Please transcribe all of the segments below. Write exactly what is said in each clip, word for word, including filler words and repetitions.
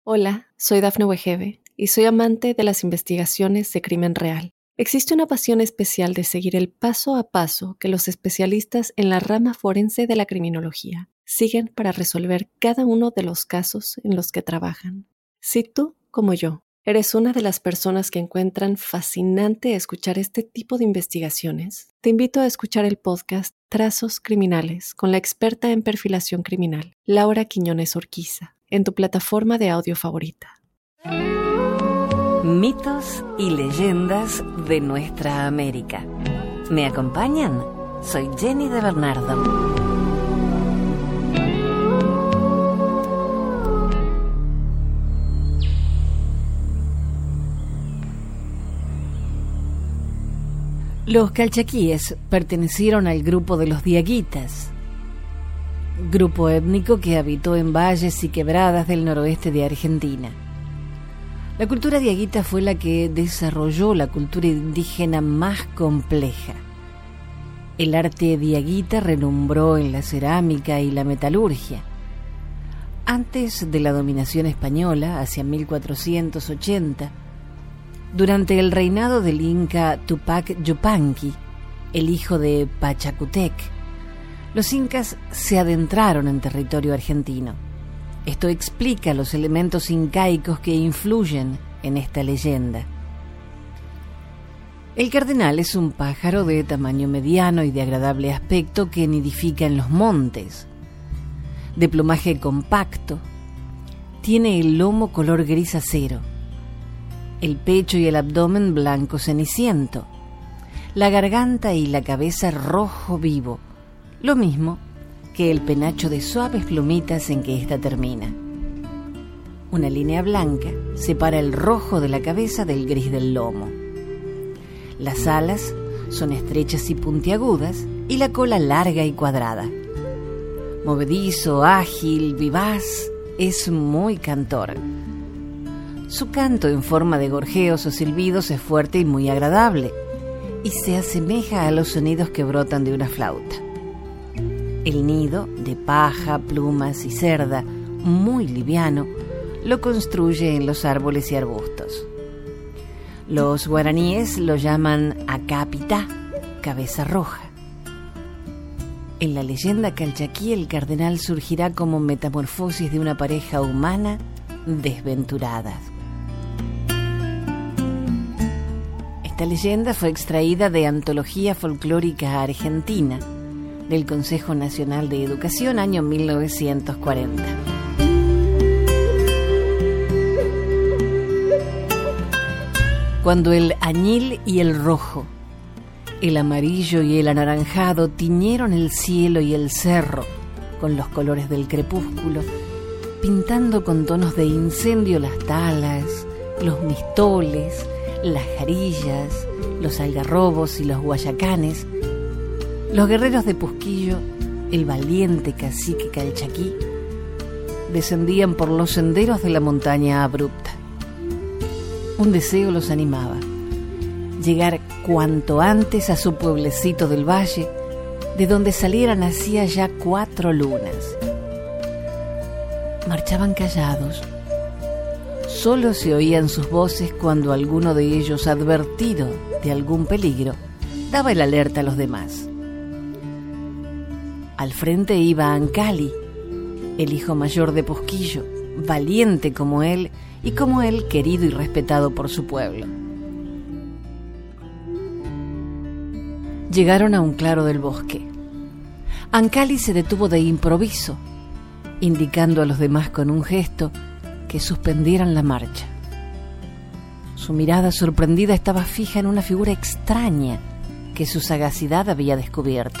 Hola, soy Dafne Wegebe y soy amante de las investigaciones de crimen real. Existe una pasión especial de seguir el paso a paso que los especialistas en la rama forense de la criminología siguen para resolver cada uno de los casos en los que trabajan. Si tú, como yo, eres una de las personas que encuentran fascinante escuchar este tipo de investigaciones, te invito a escuchar el podcast Trazos Criminales con la experta en perfilación criminal, Laura Quiñones Orquiza, en tu plataforma de audio favorita. Mitos y leyendas de nuestra América. ¿Me acompañan? Soy Jenny de Bernardo. Los calchaquíes pertenecieron al grupo de los diaguitas, grupo étnico que habitó en valles y quebradas del noroeste de Argentina. La cultura diaguita fue la que desarrolló la cultura indígena más compleja. El arte diaguita relumbró en la cerámica y la metalurgia. Antes de la dominación española, hacia mil cuatrocientos ochenta, durante el reinado del inca Tupac Yupanqui, el hijo de Pachacútec, los incas se adentraron en territorio argentino. Esto explica los elementos incaicos que influyen en esta leyenda. El cardenal es un pájaro de tamaño mediano y de agradable aspecto que nidifica en los montes. De plumaje compacto, tiene el lomo color gris acero, el pecho y el abdomen blanco ceniciento, la garganta y la cabeza rojo vivo, lo mismo que el penacho de suaves plumitas en que ésta termina. Una línea blanca separa el rojo de la cabeza del gris del lomo. Las alas son estrechas y puntiagudas y la cola larga y cuadrada. Movedizo, ágil, vivaz, es muy cantor. Su canto en forma de gorjeos o silbidos es fuerte y muy agradable, y se asemeja a los sonidos que brotan de una flauta. El nido, de paja, plumas y cerda, muy liviano, lo construye en los árboles y arbustos. Los guaraníes lo llaman acapitá, cabeza roja. En la leyenda calchaquí, el cardenal surgirá como metamorfosis de una pareja humana desventurada. Esta leyenda fue extraída de Antología Folclórica Argentina, del Consejo Nacional de Educación, año mil novecientos cuarenta. Cuando el añil y el rojo, el amarillo y el anaranjado tiñeron el cielo y el cerro con los colores del crepúsculo, pintando con tonos de incendio las talas, los mistoles, las jarillas, los algarrobos y los guayacanes, los guerreros de Pusquillo, el valiente cacique calchaquí, descendían por los senderos de la montaña abrupta. Un deseo los animaba: llegar cuanto antes a su pueblecito del valle, de donde salieran hacía ya cuatro lunas. Marchaban callados. Solo se oían sus voces cuando alguno de ellos, advertido de algún peligro, daba el alerta a los demás. Al frente iba Ancali, el hijo mayor de Pusquillo, valiente como él y como él querido y respetado por su pueblo. Llegaron a un claro del bosque. Ancali se detuvo de improviso, indicando a los demás con un gesto que suspendieran la marcha. Su mirada sorprendida estaba fija en una figura extraña que su sagacidad había descubierto.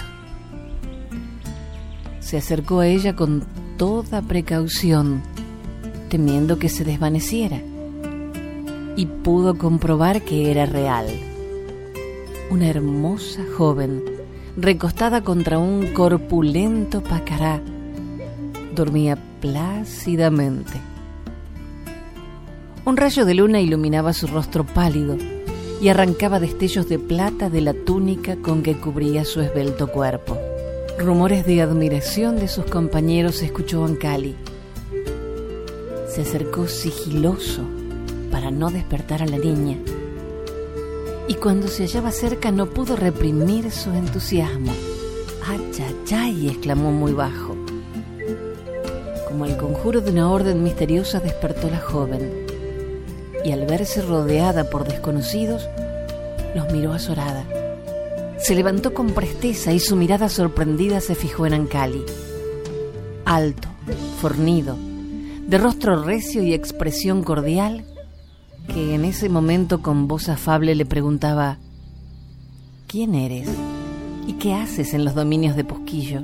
Se acercó a ella con toda precaución, temiendo que se desvaneciera, y pudo comprobar que era real. Una hermosa joven, recostada contra un corpulento pacará, dormía plácidamente. Un rayo de luna iluminaba su rostro pálido y arrancaba destellos de plata de la túnica con que cubría su esbelto cuerpo. Rumores de admiración de sus compañeros escuchó Ancali. se acercó sigiloso para no despertar a la niña, y cuando se hallaba cerca no pudo reprimir su entusiasmo. ¡Achachay!, exclamó muy bajo. Como el conjuro de una orden misteriosa despertó la joven, y al verse rodeada por desconocidos, los miró azorada. Se levantó con presteza y su mirada sorprendida se fijó en Ancali. Alto, fornido, de rostro recio y expresión cordial, que en ese momento con voz afable le preguntaba: ¿quién eres? ¿Y qué haces en los dominios de Posquillo?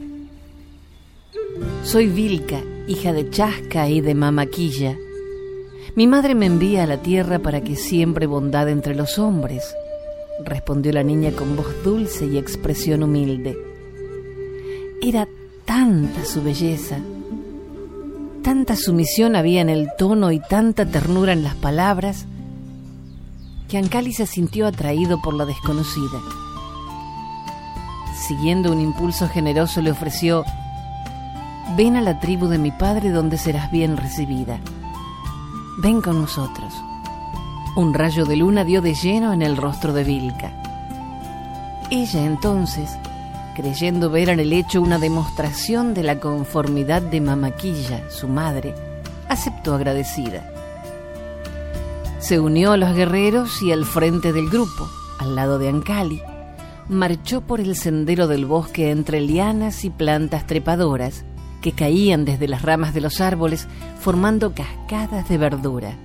Soy Vilca, hija de Chasca y de Mamaquilla. Mi madre me envía a la tierra para que siembre bondad entre los hombres, respondió la niña con voz dulce y expresión humilde. Era tanta su belleza, tanta sumisión había en el tono y tanta ternura en las palabras, que Ancali se sintió atraído por la desconocida. Siguiendo un impulso generoso, le ofreció: ven a la tribu de mi padre donde serás bien recibida. Ven con nosotros. Un rayo de luna dio de lleno en el rostro de Vilca. Ella entonces, creyendo ver en el hecho una demostración de la conformidad de Mamaquilla, su madre, aceptó agradecida. Se unió a los guerreros y al frente del grupo, al lado de Ancali, marchó por el sendero del bosque entre lianas y plantas trepadoras que caían desde las ramas de los árboles formando cascadas de verdura.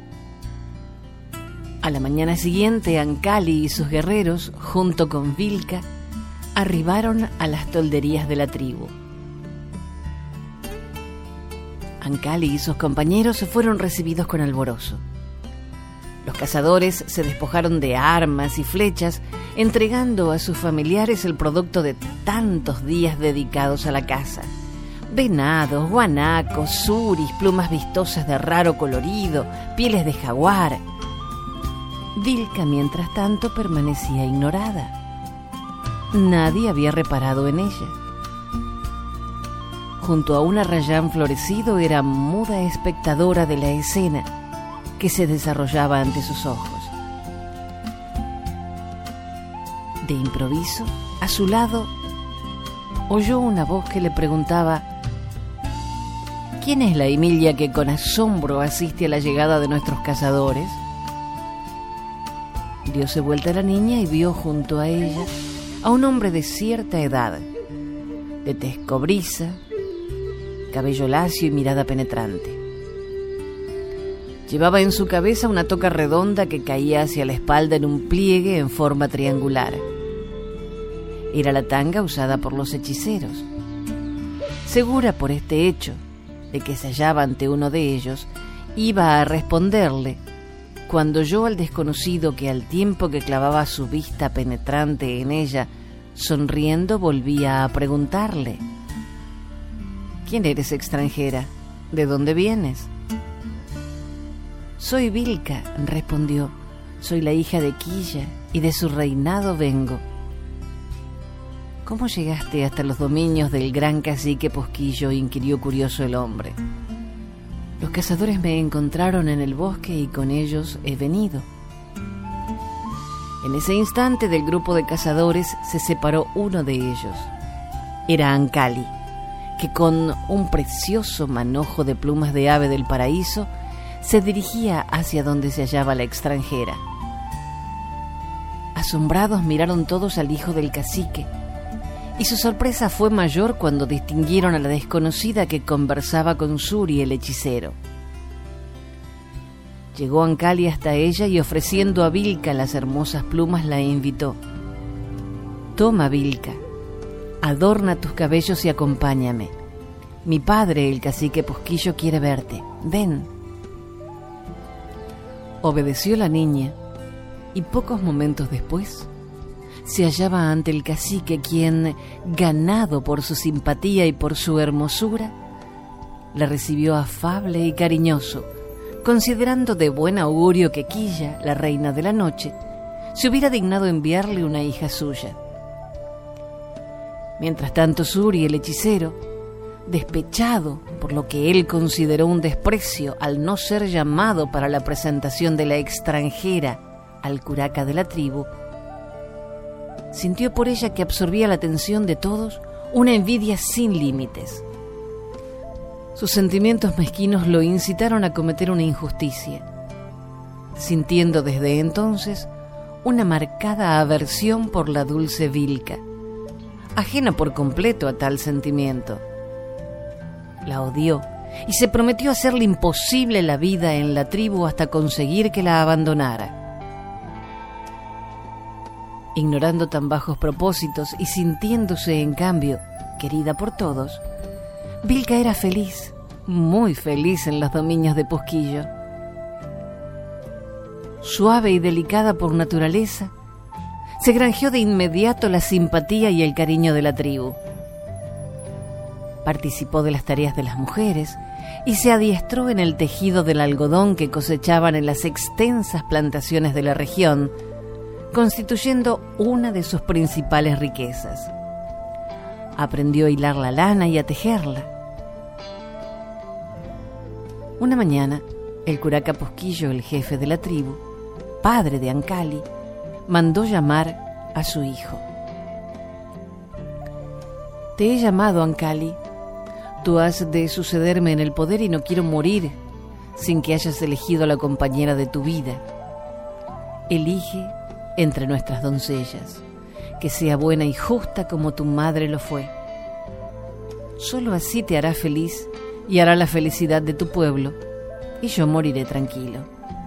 A la mañana siguiente, Ancali y sus guerreros, junto con Vilca, arribaron a las tolderías de la tribu. Ancali y sus compañeros se fueron recibidos con alborozo. Los cazadores se despojaron de armas y flechas, entregando a sus familiares el producto de tantos días dedicados a la caza: venados, guanacos, suris, plumas vistosas de raro colorido, pieles de jaguar. Vilca, mientras tanto, permanecía ignorada. Nadie había reparado en ella. Junto a un arrayán florecido era muda espectadora de la escena que se desarrollaba ante sus ojos. De improviso, a su lado, oyó una voz que le preguntaba: ¿quién es la Emilia que con asombro asiste a la llegada de nuestros cazadores? Dióse vuelta a la niña y vio junto a ella a un hombre de cierta edad, de tez cobriza, cabello lacio y mirada penetrante. Llevaba en su cabeza una toca redonda que caía hacia la espalda en un pliegue en forma triangular. Era la tanga usada por los hechiceros. Segura por este hecho de que se hallaba ante uno de ellos, iba a responderle cuando oyó al desconocido que, al tiempo que clavaba su vista penetrante en ella, sonriendo volvía a preguntarle: ¿quién eres, extranjera? ¿De dónde vienes? Soy Vilca, respondió. Soy la hija de Quilla y de su reinado vengo. ¿Cómo llegaste hasta los dominios del gran cacique Posquillo?, inquirió curioso el hombre. Los cazadores me encontraron en el bosque y con ellos he venido. En ese instante, del grupo de cazadores se separó uno de ellos. Era Ancali, que con un precioso manojo de plumas de ave del paraíso se dirigía hacia donde se hallaba la extranjera. Asombrados miraron todos al hijo del cacique, y su sorpresa fue mayor cuando distinguieron a la desconocida que conversaba con Suri, el hechicero. Llegó Ancali hasta ella y, ofreciendo a Vilca las hermosas plumas, la invitó: toma, Vilca, adorna tus cabellos y acompáñame. Mi padre, el cacique Posquillo, quiere verte. Ven. Obedeció la niña, y pocos momentos después se hallaba ante el cacique, quien, ganado por su simpatía y por su hermosura, la recibió afable y cariñoso, considerando de buen augurio que Quilla, la reina de la noche, se hubiera dignado enviarle una hija suya. Mientras tanto, Suri, el hechicero, Despechado por lo que él consideró un desprecio al no ser llamado para la presentación de la extranjera al curaca de la tribu, sintió por ella que absorbía la atención de todos una envidia sin límites. Sus sentimientos mezquinos lo incitaron a cometer una injusticia, sintiendo desde entonces una marcada aversión por la dulce Vilca, ajena por completo a tal sentimiento. La odió y se prometió hacerle imposible la vida en la tribu hasta conseguir que la abandonara. Ignorando tan bajos propósitos y sintiéndose, en cambio, querida por todos, Vilca era feliz, muy feliz en los dominios de Posquillo. Suave y delicada por naturaleza, se granjeó de inmediato la simpatía y el cariño de la tribu. Participó de las tareas de las mujeres y se adiestró en el tejido del algodón que cosechaban en las extensas plantaciones de la región, constituyendo una de sus principales riquezas. Aprendió a hilar la lana y a tejerla. Una mañana, el curaca Posquillo, el jefe de la tribu, padre de Ancali, mandó llamar a su hijo. Te he llamado, Ancali. Tú has de sucederme en el poder y no quiero morir sin que hayas elegido a la compañera de tu vida. Elige entre nuestras doncellas, que sea buena y justa como tu madre lo fue. Solo así te hará feliz y hará la felicidad de tu pueblo, y yo moriré tranquilo.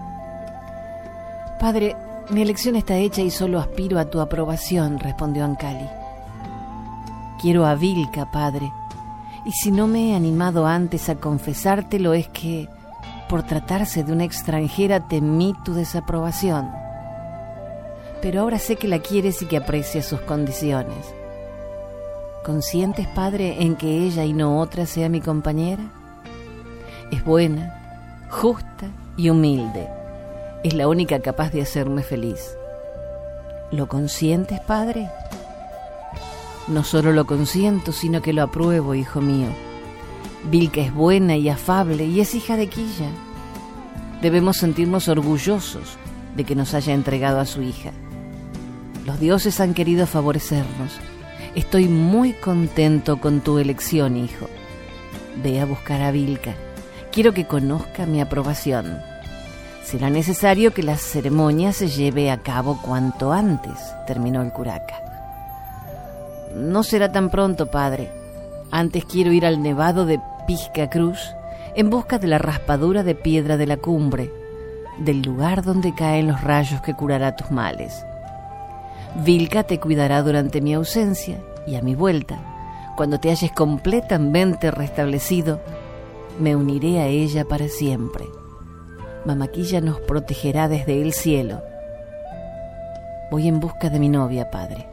Padre, mi elección está hecha y solo aspiro a tu aprobación, respondió Ancali. Quiero a Vilca, padre, y si no me he animado antes a confesártelo es que, por tratarse de una extranjera, temí tu desaprobación. Pero ahora sé que la quieres y que aprecias sus condiciones. ¿Consientes, padre, en que ella y no otra sea mi compañera? Es buena, justa y humilde. Es la única capaz de hacerme feliz. ¿Lo consientes, padre? No solo lo consiento, sino que lo apruebo, hijo mío. Vilca es buena y afable y es hija de Quilla. Debemos sentirnos orgullosos de que nos haya entregado a su hija. Los dioses han querido favorecernos. Estoy muy contento con tu elección, hijo. Ve a buscar a Vilca. Quiero que conozca mi aprobación. Será necesario que la ceremonia se lleve a cabo cuanto antes, terminó el curaca. No será tan pronto, padre. Antes quiero ir al nevado de Pisca Cruz en busca de la raspadura de piedra de la cumbre, del lugar donde caen los rayos que curará tus males. Vilca te cuidará durante mi ausencia y a mi vuelta, cuando te halles completamente restablecido, me uniré a ella para siempre. Mamaquilla nos protegerá desde el cielo. Voy en busca de mi novia, padre.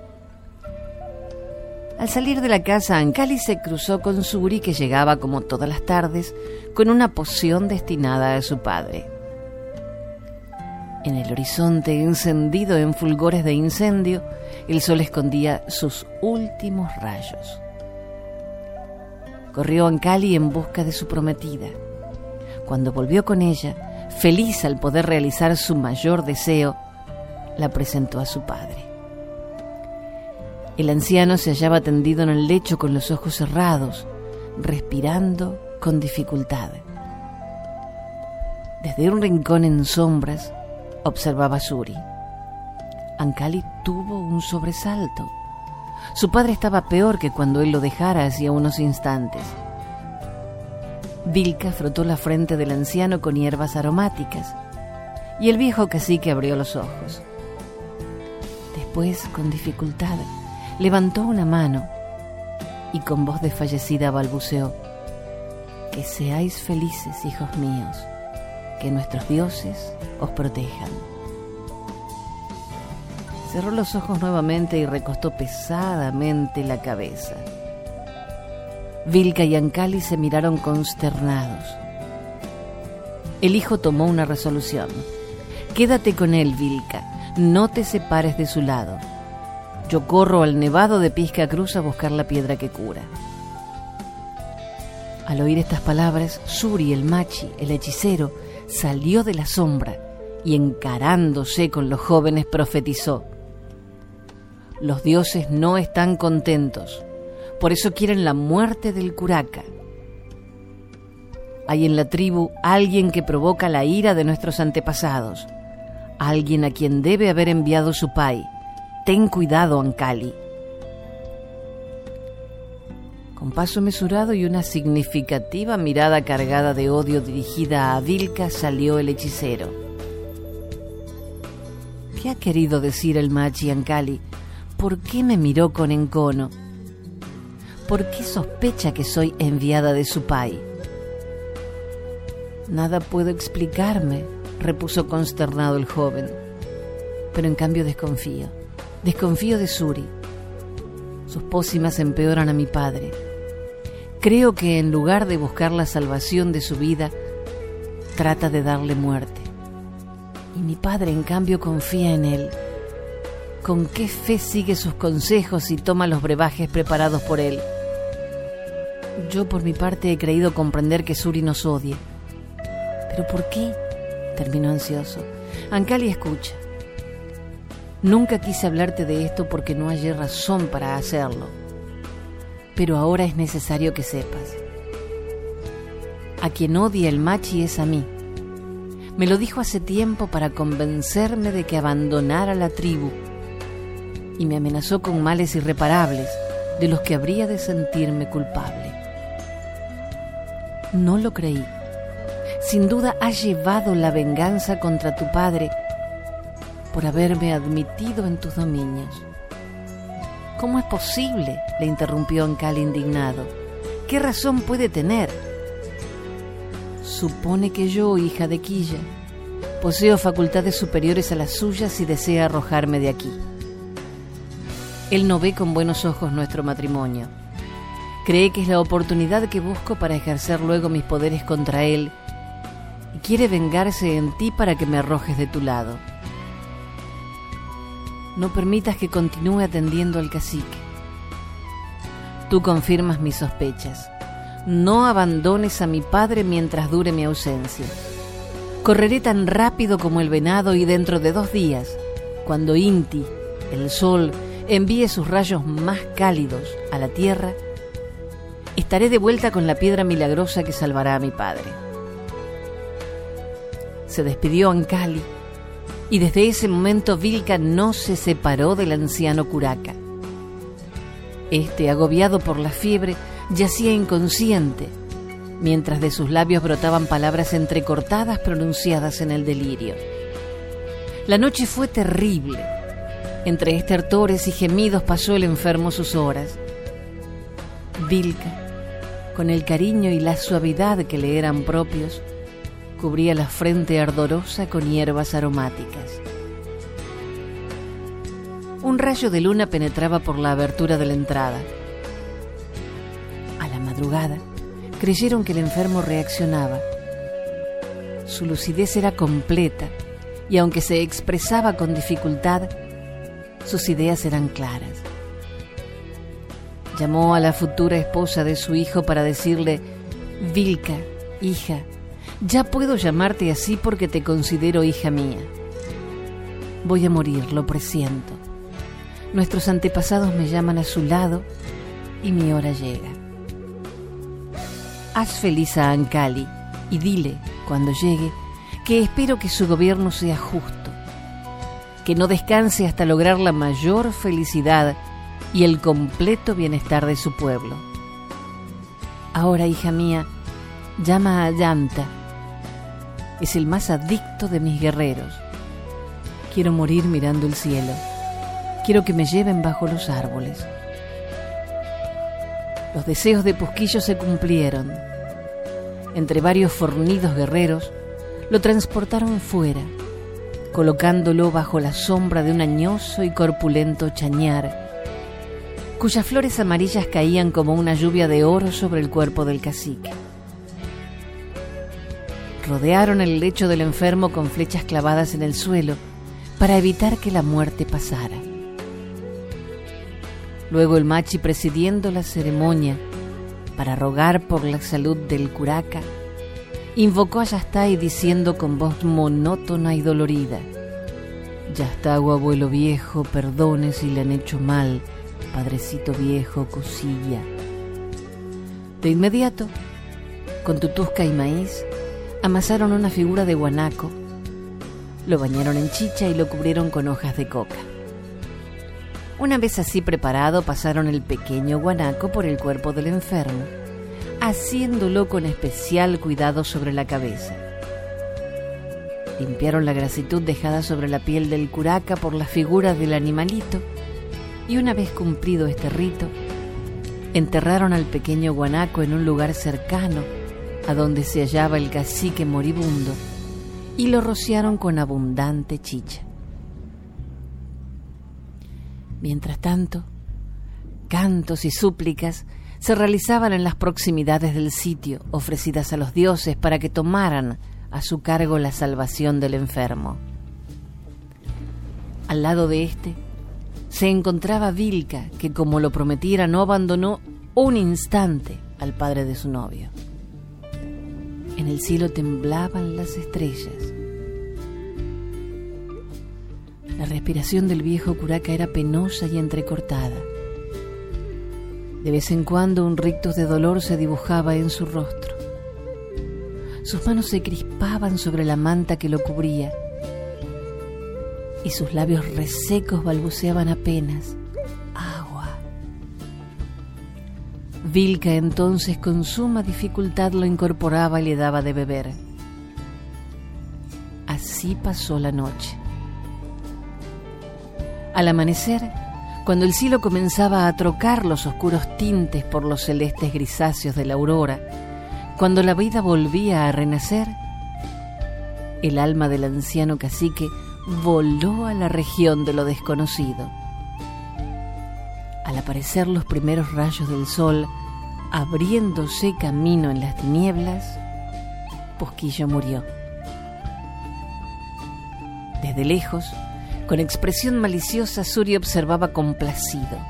Al salir de la casa, Ancali se cruzó con Suri, que llegaba como todas las tardes con una poción destinada a su padre. En el horizonte, encendido en fulgores de incendio, el sol escondía sus últimos rayos. Corrió Ancali en busca de su prometida. Cuando volvió con ella, feliz al poder realizar su mayor deseo, la presentó a su padre. El anciano se hallaba tendido en el lecho con los ojos cerrados, respirando con dificultad. Desde un rincón en sombras, observaba a Suri. Ancali tuvo un sobresalto. Su padre estaba peor que cuando él lo dejara hacía unos instantes. Vilca frotó la frente del anciano con hierbas aromáticas y el viejo cacique abrió los ojos. Después, con dificultad, levantó una mano y con voz desfallecida balbuceó: que seáis felices, hijos míos, que nuestros dioses os protejan. Cerró los ojos nuevamente y recostó pesadamente la cabeza. Vilca y Ancali se miraron consternados. El hijo tomó una resolución. Quédate con él, Vilca, no te separes de su lado. Yo corro al nevado de Pisca Cruz a buscar la piedra que cura. Al oír estas palabras, Suri, el machi, el hechicero, salió de la sombra y encarándose con los jóvenes profetizó: los dioses no están contentos, por eso quieren la muerte del curaca. Hay en la tribu alguien que provoca la ira de nuestros antepasados, alguien a quien debe haber enviado su pai. Ten cuidado, Ancali. Con paso mesurado y una significativa mirada cargada de odio dirigida a Vilca salió el hechicero. ¿Qué ha querido decir el machi, Ancali? ¿Por qué me miró con encono? ¿Por qué sospecha que soy enviada de su pai? Nada puedo explicarme, repuso consternado el joven. Pero en cambio desconfío. Desconfío de Suri. Sus pócimas empeoran a mi padre. Creo que en lugar de buscar la salvación de su vida, trata de darle muerte. Y mi padre, en cambio, confía en él. ¿Con qué fe sigue sus consejos y toma los brebajes preparados por él? Yo, por mi parte, he creído comprender que Suri nos odia. ¿Pero por qué? Terminó ansioso. Ancali, escucha. Nunca quise hablarte de esto porque no hallé razón para hacerlo. Pero ahora es necesario que sepas. A quien odia el machi es a mí. Me lo dijo hace tiempo para convencerme de que abandonara la tribu y me amenazó con males irreparables de los que habría de sentirme culpable. No lo creí. Sin duda ha llevado la venganza contra tu padre por haberme admitido en tus dominios. ¿Cómo es posible?, le interrumpió Ancali indignado. ¿Qué razón puede tener? Supone que yo, hija de Quilla, poseo facultades superiores a las suyas y desea arrojarme de aquí. Él no ve con buenos ojos nuestro matrimonio. Cree que es la oportunidad que busco para ejercer luego mis poderes contra él y quiere vengarse en ti para que me arrojes de tu lado. No permitas que continúe atendiendo al cacique. Tú confirmas mis sospechas. No abandones a mi padre mientras dure mi ausencia. Correré tan rápido como el venado y dentro de dos días, cuando Inti, el sol, envíe sus rayos más cálidos a la tierra, estaré de vuelta con la piedra milagrosa que salvará a mi padre. Se despidió Ancali y desde ese momento Vilca no se separó del anciano curaca. Este, agobiado por la fiebre, yacía inconsciente, mientras de sus labios brotaban palabras entrecortadas pronunciadas en el delirio. La noche fue terrible. Entre estertores y gemidos pasó el enfermo sus horas. Vilca, con el cariño y la suavidad que le eran propios, cubría la frente ardorosa con hierbas aromáticas. Un rayo de luna penetraba por la abertura de la entrada. A la madrugada, creyeron que el enfermo reaccionaba. Su lucidez era completa y aunque se expresaba con dificultad, sus ideas eran claras. Llamó a la futura esposa de su hijo para decirle: Vilca, hija, ya puedo llamarte así porque te considero hija mía. Voy a morir, lo presiento. Nuestros antepasados me llaman a su lado y mi hora llega. Haz feliz a Ancali y dile, cuando llegue, que espero que su gobierno sea justo, que no descanse hasta lograr la mayor felicidad y el completo bienestar de su pueblo. Ahora, hija mía, llama a Yanta. Es el más adicto de mis guerreros. Quiero morir mirando el cielo. Quiero que me lleven bajo los árboles. Los deseos de Pusquillo se cumplieron. Entre varios fornidos guerreros, lo transportaron fuera, colocándolo bajo la sombra de un añoso y corpulento chañar, cuyas flores amarillas caían como una lluvia de oro sobre el cuerpo del cacique. Rodearon el lecho del enfermo con flechas clavadas en el suelo para evitar que la muerte pasara. Luego el machi, presidiendo la ceremonia, para rogar por la salud del curaca, invocó a Yastái diciendo con voz monótona y dolorida: Yastago, abuelo viejo, perdone si le han hecho mal, padrecito viejo, cosilla. De inmediato, con tutusca y maíz, amasaron una figura de guanaco, lo bañaron en chicha y lo cubrieron con hojas de coca. Una vez así preparado, pasaron el pequeño guanaco por el cuerpo del enfermo, haciéndolo con especial cuidado sobre la cabeza. Limpiaron la grasitud dejada sobre la piel del curaca por la figura del animalito y una vez cumplido este rito, enterraron al pequeño guanaco en un lugar cercano a donde se hallaba el cacique moribundo y lo rociaron con abundante chicha. Mientras tanto, cantos y súplicas se realizaban en las proximidades del sitio, ofrecidas a los dioses para que tomaran a su cargo la salvación del enfermo. Al lado de este se encontraba Vilca, que como lo prometiera no abandonó un instante al padre de su novio. En el cielo temblaban las estrellas. La respiración del viejo curaca era penosa y entrecortada. De vez en cuando un rictus de dolor se dibujaba en su rostro. Sus manos se crispaban sobre la manta que lo cubría y sus labios resecos balbuceaban apenas: agua. Vilca entonces con suma dificultad lo incorporaba y le daba de beber. Así pasó la noche. Al amanecer, cuando el cielo comenzaba a trocar los oscuros tintes por los celestes grisáceos de la aurora, cuando la vida volvía a renacer, el alma del anciano cacique voló a la región de lo desconocido. Al aparecer los primeros rayos del sol, abriéndose camino en las tinieblas, Posquillo murió. Desde lejos, con expresión maliciosa, Suri observaba complacido.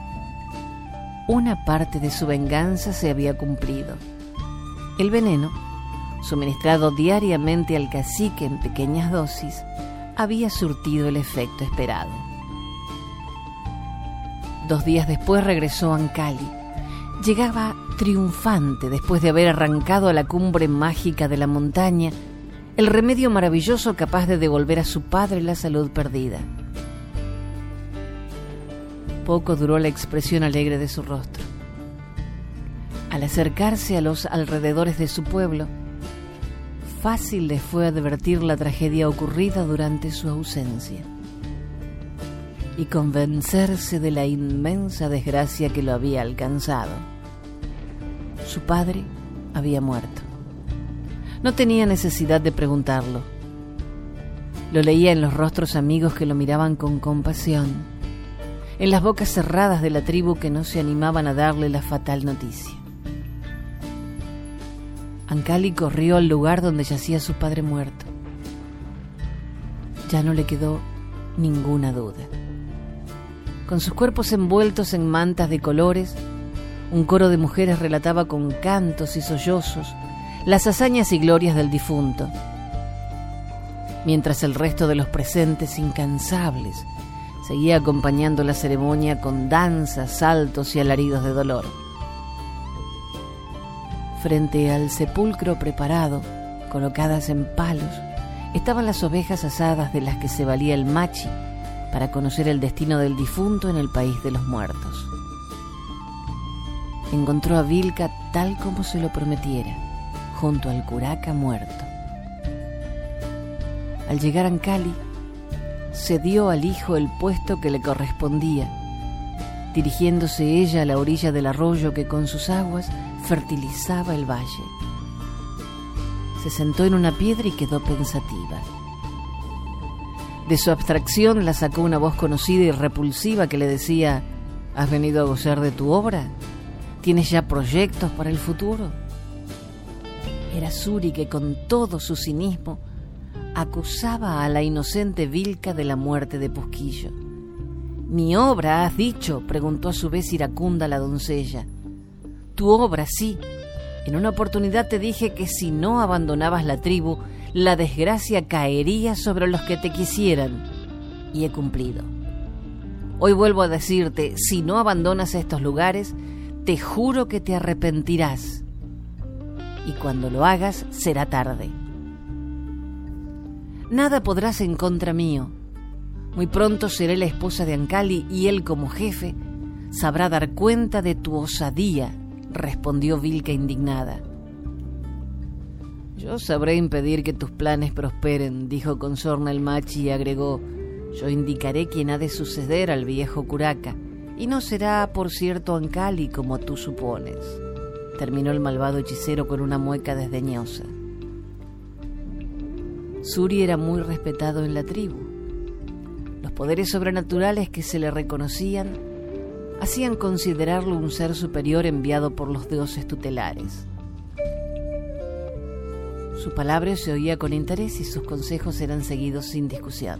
Una parte de su venganza se había cumplido. El veneno, suministrado diariamente al cacique en pequeñas dosis, había surtido el efecto esperado. Dos días después regresó Ancali. Llegaba triunfante después de haber arrancado a la cumbre mágica de la montaña el remedio maravilloso capaz de devolver a su padre la salud perdida. Poco duró la expresión alegre de su rostro. Al acercarse a los alrededores de su pueblo, fácil le fue advertir la tragedia ocurrida durante su ausencia y convencerse de la inmensa desgracia que lo había alcanzado. Su padre había muerto. No tenía necesidad de preguntarlo. Lo leía en los rostros amigos que lo miraban con compasión, en las bocas cerradas de la tribu que no se animaban a darle la fatal noticia. Ancali corrió al lugar donde yacía su padre muerto. Ya no le quedó ninguna duda. Con sus cuerpos envueltos en mantas de colores, un coro de mujeres relataba con cantos y sollozos las hazañas y glorias del difunto, mientras el resto de los presentes, incansables, seguía acompañando la ceremonia con danzas, saltos y alaridos de dolor. Frente al sepulcro preparado, colocadas en palos, estaban las ovejas asadas de las que se valía el machi para conocer el destino del difunto en el país de los muertos. Encontró a Vilca tal como se lo prometiera, junto al curaca muerto. Al llegar a Ancali, cedió al hijo el puesto que le correspondía, dirigiéndose ella a la orilla del arroyo que con sus aguas fertilizaba el valle. Se sentó en una piedra y quedó pensativa. De su abstracción la sacó una voz conocida y repulsiva que le decía: ¿has venido a gozar de tu obra? ¿Tienes ya proyectos para el futuro? Era Suri que con todo su cinismo acusaba a la inocente Vilca de la muerte de Posquillo. ¿Mi obra, has dicho?, preguntó a su vez iracunda la doncella. tu obra, sí. En una oportunidad te dije que si no abandonabas la tribu, la desgracia caería sobre los que te quisieran. Y he cumplido. Hoy vuelvo a decirte, si no abandonas estos lugares, te juro que te arrepentirás. Y cuando lo hagas, será tarde. Nada podrás en contra mío. Muy pronto seré la esposa de Ancali y él, como jefe, sabrá dar cuenta de tu osadía, respondió Vilca indignada. Yo sabré impedir que tus planes prosperen, dijo con sorna el machi y agregó, yo indicaré quién ha de suceder al viejo curaca, y no será, por cierto, Ancali como tú supones, terminó el malvado hechicero con una mueca desdeñosa. Suri era muy respetado en la tribu. Los poderes sobrenaturales que se le reconocían hacían considerarlo un ser superior enviado por los dioses tutelares. Su palabra se oía con interés y sus consejos eran seguidos sin discusión.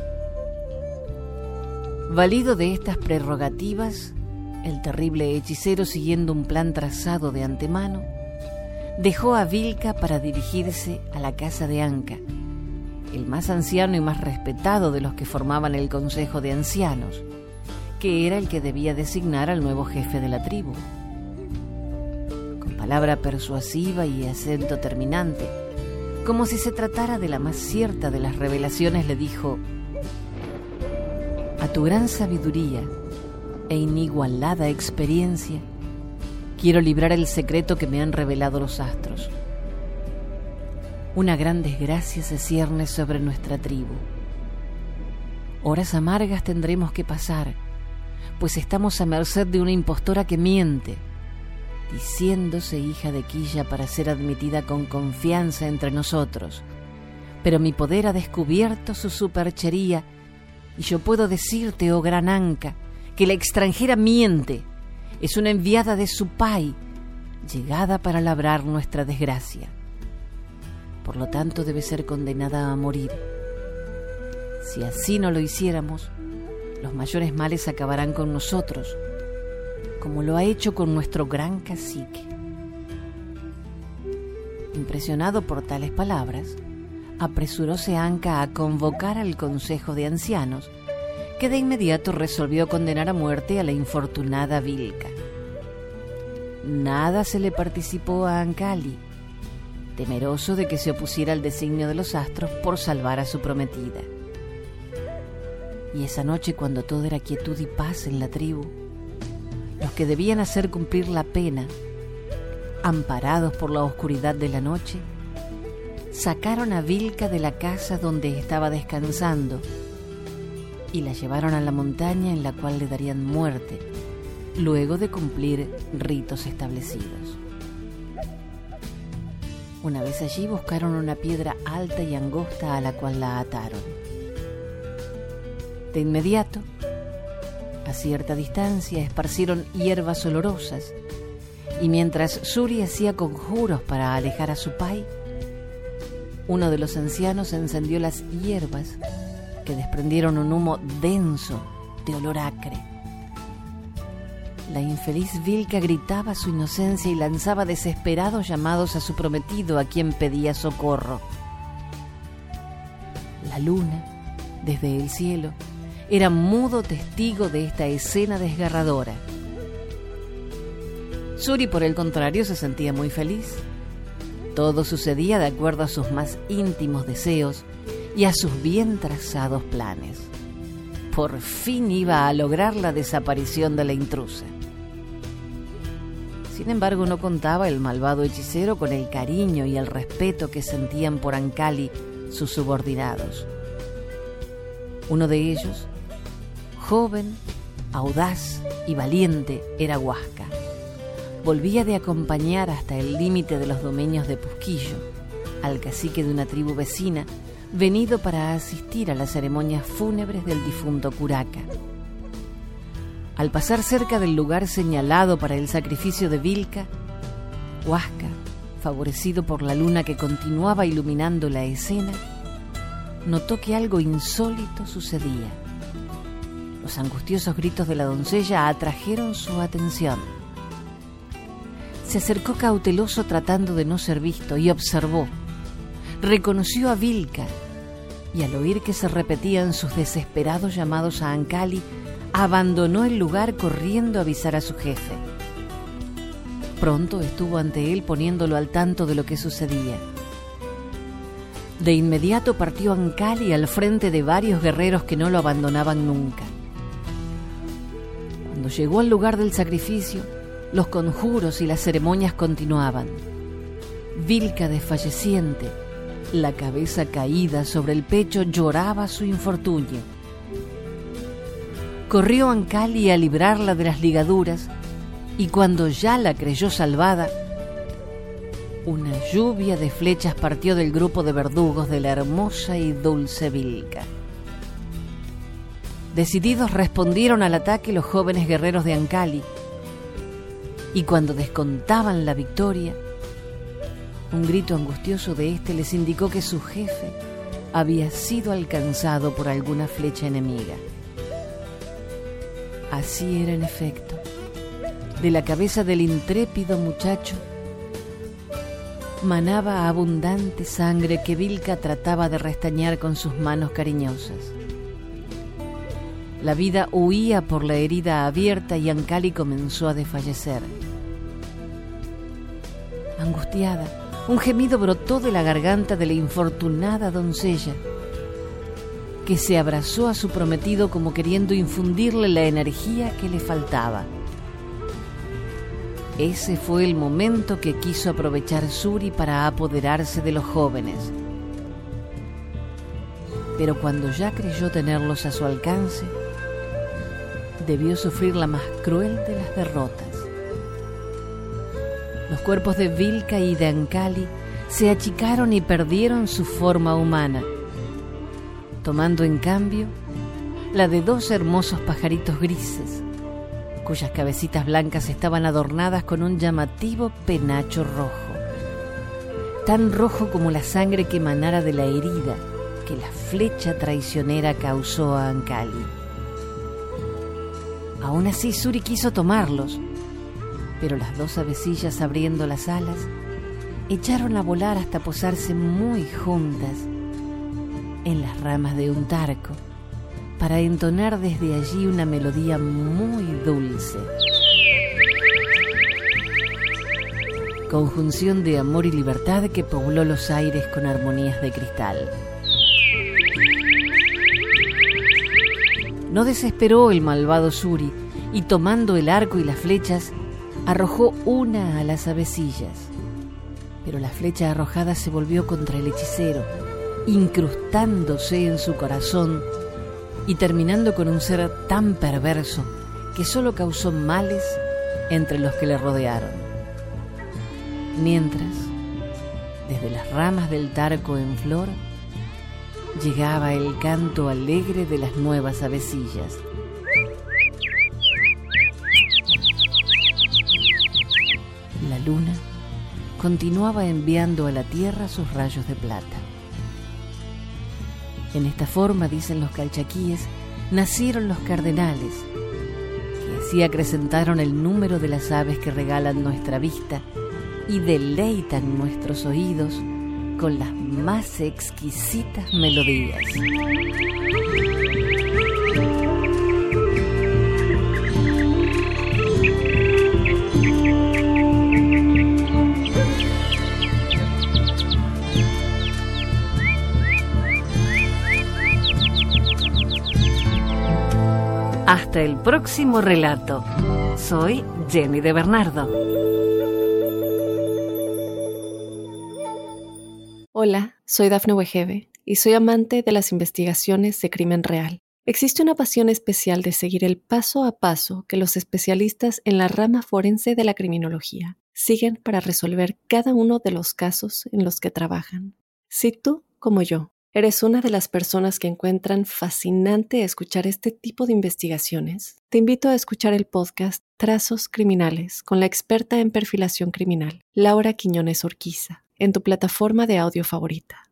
Valido de estas prerrogativas, el terrible hechicero, siguiendo un plan trazado de antemano, dejó a Vilca para dirigirse a la casa de Anca, el más anciano y más respetado de los que formaban el Consejo de Ancianos, que era el que debía designar al nuevo jefe de la tribu. Con palabra persuasiva y acento terminante, como si se tratara de la más cierta de las revelaciones, le dijo: a tu gran sabiduría e inigualada experiencia, quiero librar el secreto que me han revelado los astros. Una gran desgracia se cierne sobre nuestra tribu. Horas amargas tendremos que pasar, pues estamos a merced de una impostora que miente, diciéndose hija de Quilla para ser admitida con confianza entre nosotros. Pero mi poder ha descubierto su superchería, y yo puedo decirte, oh gran Anca, que la extranjera miente, es una enviada de su pai, llegada para labrar nuestra desgracia. Por lo tanto debe ser condenada a morir. Si así no lo hiciéramos, los mayores males acabarán con nosotros, como lo ha hecho con nuestro gran cacique. Impresionado por tales palabras, apresuróse Anca a convocar al Consejo de Ancianos, que de inmediato resolvió condenar a muerte a la infortunada Vilca. Nada se le participó a Ancali, temeroso de que se opusiera al designio de los astros por salvar a su prometida. Y esa noche, cuando todo era quietud y paz en la tribu, los que debían hacer cumplir la pena, amparados por la oscuridad de la noche, sacaron a Vilca de la casa donde estaba descansando y la llevaron a la montaña en la cual le darían muerte, luego de cumplir ritos establecidos. Una vez allí buscaron una piedra alta y angosta a la cual la ataron. De inmediato, a cierta distancia, esparcieron hierbas olorosas, y mientras Suri hacía conjuros para alejar a su pai, uno de los ancianos encendió las hierbas, que desprendieron un humo denso de olor acre. La infeliz Vilca gritaba su inocencia y lanzaba desesperados llamados a su prometido, a quien pedía socorro. La luna, desde el cielo, era mudo testigo de esta escena desgarradora. Suri, por el contrario, se sentía muy feliz. Todo sucedía de acuerdo a sus más íntimos deseos y a sus bien trazados planes. Por fin iba a lograr la desaparición de la intrusa. Sin embargo, no contaba el malvado hechicero con el cariño y el respeto que sentían por Ancali sus subordinados. Uno de ellos, joven, audaz y valiente, era Huasca. Volvía de acompañar hasta el límite de los dominios de Pusquillo al cacique de una tribu vecina, venido para asistir a las ceremonias fúnebres del difunto curaca. Al pasar cerca del lugar señalado para el sacrificio de Vilca, Huasca, favorecido por la luna que continuaba iluminando la escena, notó que algo insólito sucedía. Los angustiosos gritos de la doncella atrajeron su atención. se acercó cauteloso tratando de no ser visto y observó. Reconoció a Vilka y al oír que se repetían sus desesperados llamados a Ancali, abandonó el lugar corriendo a avisar a su jefe. Pronto estuvo ante él poniéndolo al tanto de lo que sucedía. De inmediato partió Ancali al frente de varios guerreros que no lo abandonaban nunca. Cuando llegó al lugar del sacrificio, los conjuros y las ceremonias continuaban. Vilka, desfalleciente, la cabeza caída sobre el pecho, lloraba su infortunio. Corrió Ancali a librarla de las ligaduras y cuando ya la creyó salvada, una lluvia de flechas partió del grupo de verdugos de la hermosa y dulce Vilka. Decididos respondieron al ataque los jóvenes guerreros de Ancali, y cuando descontaban la victoria, un grito angustioso de éste les indicó que su jefe había sido alcanzado por alguna flecha enemiga. Así era en efecto. De la cabeza del intrépido muchacho manaba abundante sangre que Vilka trataba de restañar con sus manos cariñosas. La vida huía por la herida abierta y Ancali comenzó a desfallecer. Angustiada, un gemido brotó de la garganta de la infortunada doncella, que se abrazó a su prometido como queriendo infundirle la energía que le faltaba. Ese fue el momento que quiso aprovechar Suri para apoderarse de los jóvenes. Pero cuando ya creyó tenerlos a su alcance, debió sufrir la más cruel de las derrotas. Los cuerpos de Vilka y de Ancali se achicaron y perdieron su forma humana, tomando en cambio la de dos hermosos pajaritos grises, cuyas cabecitas blancas estaban adornadas con un llamativo penacho rojo, tan rojo como la sangre que emanara de la herida que la flecha traicionera causó a Ancali. Aún así, Suri quiso tomarlos, pero las dos avecillas, abriendo las alas, echaron a volar hasta posarse muy juntas en las ramas de un tarco, para entonar desde allí una melodía muy dulce. Conjunción de amor y libertad que pobló los aires con armonías de cristal. No desesperó el malvado Suri y, tomando el arco y las flechas, arrojó una a las avecillas. Pero la flecha arrojada se volvió contra el hechicero, incrustándose en su corazón y terminando con un ser tan perverso que solo causó males entre los que le rodearon. Mientras, desde las ramas del tarco en flor, llegaba el canto alegre de las nuevas avecillas. La luna continuaba enviando a la tierra sus rayos de plata. En esta forma, dicen los calchaquíes, nacieron los cardenales, que así acrecentaron el número de las aves que regalan nuestra vista y deleitan nuestros oídos con las más exquisitas melodías. Hasta el próximo relato. Soy Jenny de Bernardo. Hola, soy Dafne Wegebe y soy amante de las investigaciones de crimen real. Existe una pasión especial de seguir el paso a paso que los especialistas en la rama forense de la criminología siguen para resolver cada uno de los casos en los que trabajan. Si tú, como yo, ¿eres una de las personas que encuentran fascinante escuchar este tipo de investigaciones? Te invito a escuchar el podcast Trazos Criminales con la experta en perfilación criminal, Laura Quiñones Orquiza, en tu plataforma de audio favorita.